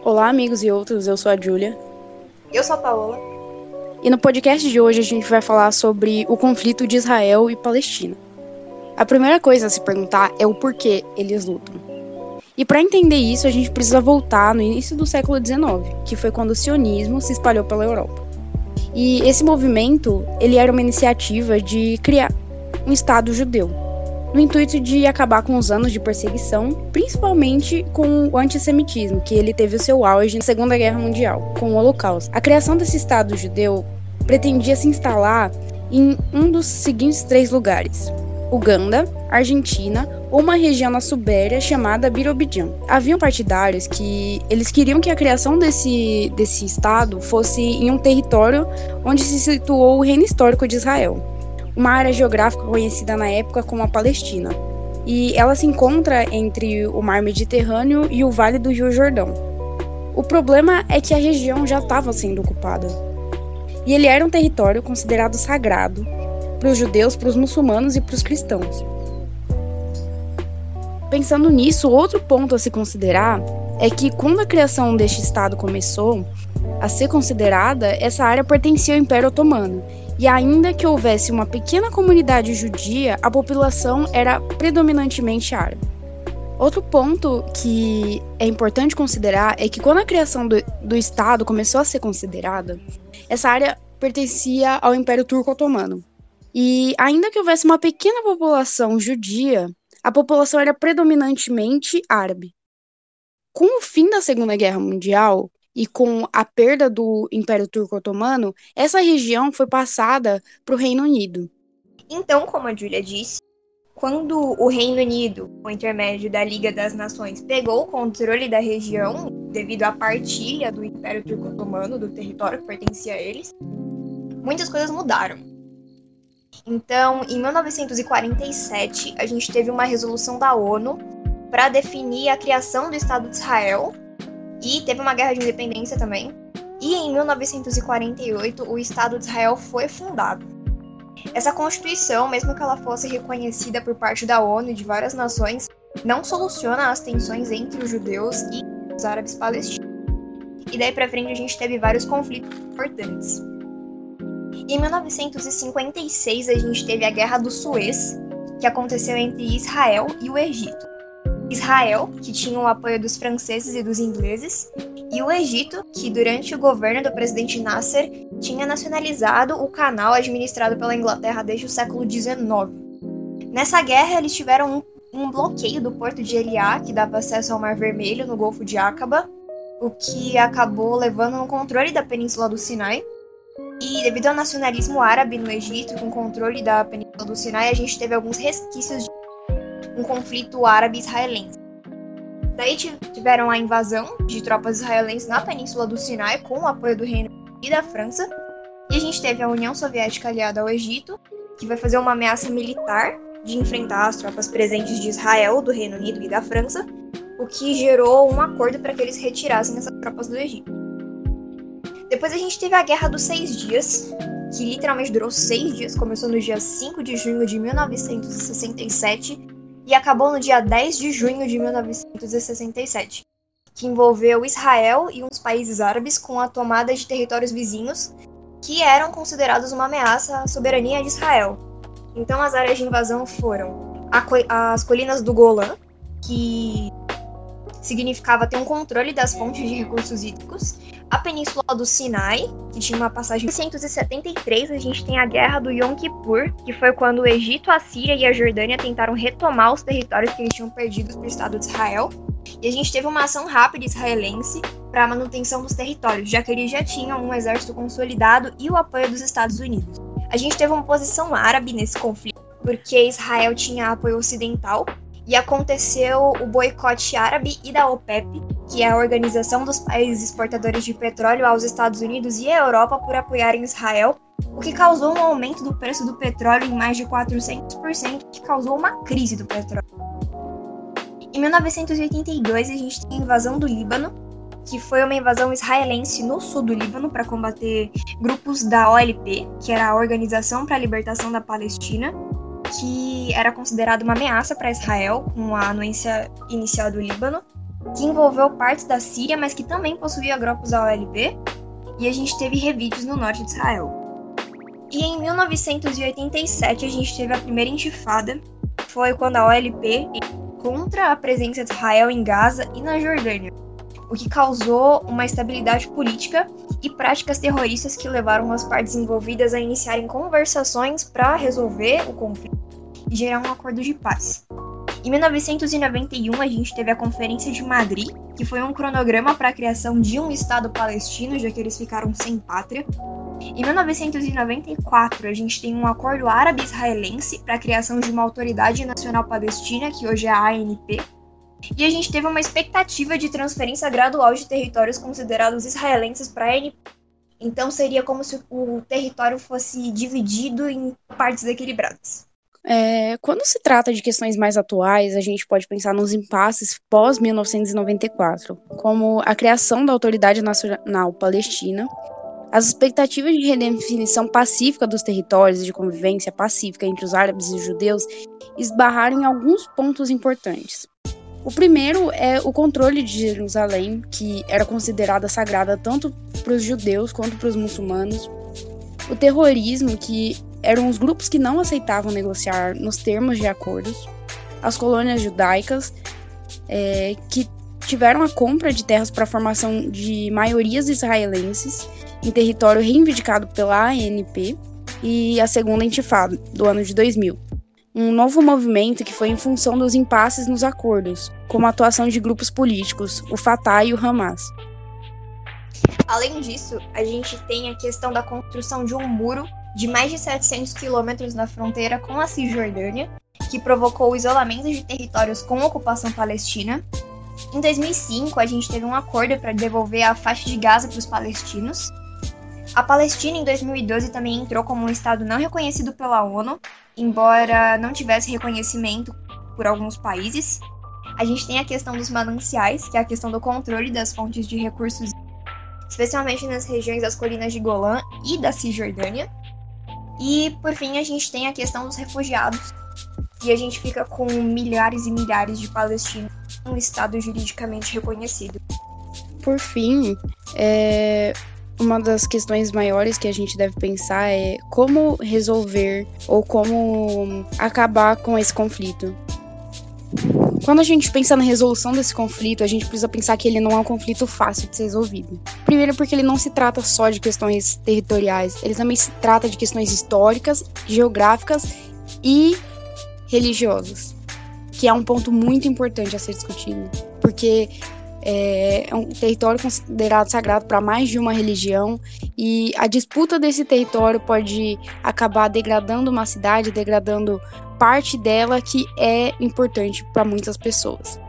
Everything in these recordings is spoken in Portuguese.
Olá, amigos e outros, eu sou a Júlia. Eu sou a Paola. E no podcast de hoje a gente vai falar sobre o conflito de Israel e Palestina. A primeira coisa a se perguntar é o porquê eles lutam. E para entender isso, a gente precisa voltar no início do século XIX, que foi quando o sionismo se espalhou pela Europa. E esse movimento, ele era uma iniciativa de criar um Estado judeu, no intuito de acabar com os anos de perseguição, principalmente com o antissemitismo, que ele teve o seu auge na Segunda Guerra Mundial, com o Holocausto. A criação desse Estado judeu pretendia se instalar em um dos seguintes 3 lugares: Uganda, Argentina ou uma região na Sibéria chamada Birobidjan. Haviam partidários que eles queriam que a criação desse estado fosse em um território onde se situou o Reino Histórico de Israel, uma área geográfica conhecida na época como a Palestina, e ela se encontra entre o Mar Mediterrâneo e o Vale do Rio Jordão. O problema é que a região já estava sendo ocupada, e ele era um território considerado sagrado para os judeus, para os muçulmanos e para os cristãos. Pensando nisso, outro ponto a se considerar é que quando a criação deste Estado começou a ser considerada, essa área pertencia ao Império Otomano, e ainda que houvesse uma pequena comunidade judia, a população era predominantemente árabe. Outro ponto que é importante considerar é que quando a criação do Estado começou a ser considerada, essa área pertencia ao Império Turco-Otomano. E ainda que houvesse uma pequena população judia, a população era predominantemente árabe. Com o fim da Segunda Guerra Mundial e com a perda do Império Turco-Otomano, essa região foi passada para o Reino Unido. Então, como a Júlia disse, quando o Reino Unido, por intermédio da Liga das Nações, pegou o controle da região, devido à partilha do Império Turco-Otomano, do território que pertencia a eles, muitas coisas mudaram. Então, em 1947, a gente teve uma resolução da ONU para definir a criação do Estado de Israel, e teve uma guerra de independência também. E em 1948, o Estado de Israel foi fundado. Essa Constituição, mesmo que ela fosse reconhecida por parte da ONU e de várias nações, não soluciona as tensões entre os judeus e os árabes palestinos. E daí pra frente a gente teve vários conflitos importantes. Em 1956, a gente teve a Guerra do Suez, que aconteceu entre Israel e o Egito. Israel, que tinha o apoio dos franceses e dos ingleses, e o Egito, que durante o governo do presidente Nasser tinha nacionalizado o canal administrado pela Inglaterra desde o século XIX. Nessa guerra, eles tiveram um bloqueio do porto de Eliá, que dava acesso ao Mar Vermelho, no Golfo de Aqaba, o que acabou levando no controle da Península do Sinai. E devido ao nacionalismo árabe no Egito, com o controle da Península do Sinai, a gente teve alguns resquícios de um conflito árabe-israelense. Daí tiveram a invasão de tropas israelenses na Península do Sinai, com o apoio do Reino Unido e da França. E a gente teve a União Soviética aliada ao Egito, que vai fazer uma ameaça militar de enfrentar as tropas presentes de Israel, do Reino Unido e da França, o que gerou um acordo para que eles retirassem essas tropas do Egito. Depois a gente teve a Guerra dos 6 Dias, que literalmente durou 6 dias, começou no dia 5 de junho de 1967 e acabou no dia 10 de junho de 1967, que envolveu Israel e uns países árabes com a tomada de territórios vizinhos que eram considerados uma ameaça à soberania de Israel. Então as áreas de invasão foram as colinas do Golã, que significava ter um controle das fontes de recursos hídricos, a Península do Sinai, que tinha uma passagem. Em 1973, a gente tem a Guerra do Yom Kippur, que foi quando o Egito, a Síria e a Jordânia tentaram retomar os territórios que eles tinham perdido para o Estado de Israel. E a gente teve uma ação rápida israelense para a manutenção dos territórios, já que eles já tinham um exército consolidado e o apoio dos Estados Unidos. A gente teve uma posição árabe nesse conflito, porque Israel tinha apoio ocidental, e aconteceu o boicote árabe e da OPEP, que é a Organização dos Países Exportadores de Petróleo aos Estados Unidos e à Europa, por apoiarem Israel, o que causou um aumento do preço do petróleo em mais de 400%, que causou uma crise do petróleo. Em 1982, a gente tem a invasão do Líbano, que foi uma invasão israelense no sul do Líbano para combater grupos da OLP, que era a Organização para a Libertação da Palestina, que era considerada uma ameaça para Israel, com a anuência inicial do Líbano. que envolveu partes da Síria, mas que também possuía grupos da OLP, e a gente teve revídeos no norte de Israel. E em 1987 a gente teve a primeira intifada, foi quando a OLP contra a presença de Israel em Gaza e na Jordânia, o que causou uma instabilidade política e práticas terroristas que levaram as partes envolvidas a iniciarem conversações para resolver o conflito e gerar um acordo de paz. Em 1991, a gente teve a Conferência de Madrid, que foi um cronograma para a criação de um Estado palestino, já que eles ficaram sem pátria. Em 1994, a gente tem um acordo árabe-israelense para a criação de uma Autoridade Nacional Palestina, que hoje é a ANP. E a gente teve uma expectativa de transferência gradual de territórios considerados israelenses para a ANP. Então seria como se o território fosse dividido em partes equilibradas. Quando se trata de questões mais atuais, a gente pode pensar nos impasses pós-1994, como a criação da Autoridade Nacional Palestina, as expectativas de redefinição pacífica dos territórios e de convivência pacífica entre os árabes e os judeus esbarraram em alguns pontos importantes. O primeiro é o controle de Jerusalém, que era considerada sagrada tanto para os judeus quanto para os muçulmanos. O terrorismo, que eram os grupos que não aceitavam negociar nos termos de acordos. As colônias judaicas, que tiveram a compra de terras para a formação de maiorias israelenses em território reivindicado pela ANP. E a segunda intifada, do ano de 2000. Um novo movimento que foi em função dos impasses nos acordos, como a atuação de grupos políticos, o Fatah e o Hamas. Além disso, a gente tem a questão da construção de um muro de mais de 700 quilômetros na fronteira com a Cisjordânia, que provocou o isolamento de territórios com ocupação palestina. Em 2005, a gente teve um acordo para devolver a faixa de Gaza para os palestinos. A Palestina, em 2012, também entrou como um estado não reconhecido pela ONU, embora não tivesse reconhecimento por alguns países. A gente tem a questão dos mananciais, que é a questão do controle das fontes de recursos, especialmente nas regiões das colinas de Golã e da Cisjordânia. E, por fim, a gente tem a questão dos refugiados, e a gente fica com milhares e milhares de palestinos em um estado juridicamente reconhecido. Por fim, uma das questões maiores que a gente deve pensar é como resolver ou como acabar com esse conflito. Quando a gente pensa na resolução desse conflito, a gente precisa pensar que ele não é um conflito fácil de ser resolvido. Primeiro porque ele não se trata só de questões territoriais, ele também se trata de questões históricas, geográficas e religiosas, que é um ponto muito importante a ser discutido, porque é um território considerado sagrado para mais de uma religião e a disputa desse território pode acabar degradando uma cidade, degradando parte dela que é importante para muitas pessoas.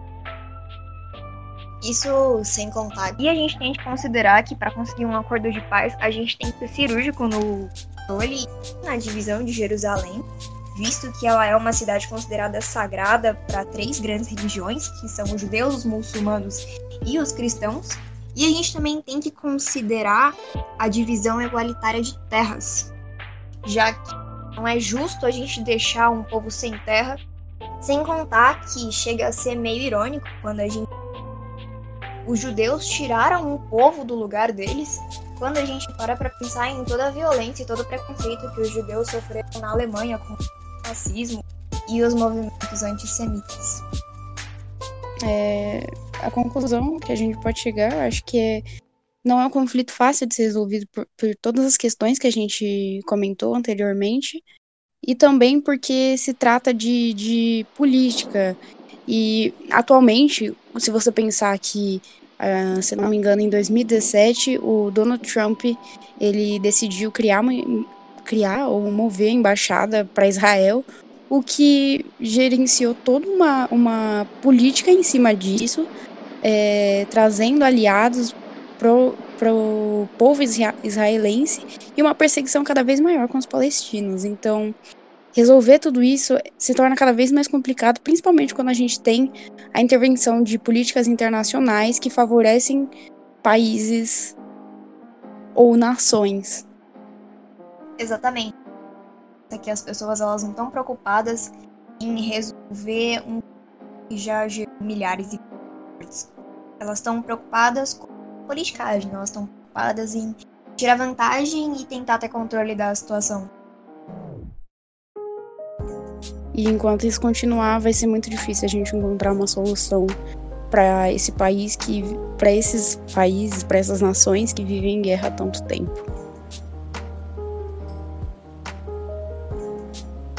Isso sem contar. E a gente tem que considerar que para conseguir um acordo de paz, a gente tem que ser cirúrgico no controle na divisão de Jerusalém, visto que ela é uma cidade considerada sagrada para 3 grandes religiões, que são os judeus, os muçulmanos e os cristãos. E a gente também tem que considerar a divisão igualitária de terras, já que não é justo a gente deixar um povo sem terra, sem contar que chega a ser meio irônico quando os judeus tiraram um povo do lugar deles, quando a gente para pensar em toda a violência e todo o preconceito que os judeus sofreram na Alemanha com o fascismo e os movimentos antissemitas. A conclusão que a gente pode chegar, acho que não é um conflito fácil de ser resolvido por todas as questões que a gente comentou anteriormente, e também porque se trata de política. E atualmente, se você pensar que, se não me engano, em 2017, o Donald Trump ele decidiu criar ou mover a embaixada para Israel, o que gerenciou toda uma política em cima disso, trazendo aliados pro povo israelense e uma perseguição cada vez maior com os palestinos. Então, resolver tudo isso se torna cada vez mais complicado, principalmente quando a gente tem a intervenção de políticas internacionais que favorecem países ou nações. Exatamente. Que as pessoas elas não estão preocupadas em resolver um que já gerou milhares de Elas estão preocupadas com politicagem, elas estão preocupadas em tirar vantagem e tentar ter controle da situação. E enquanto isso continuar, vai ser muito difícil a gente encontrar uma solução para esse país para esses países, para essas nações que vivem em guerra há tanto tempo.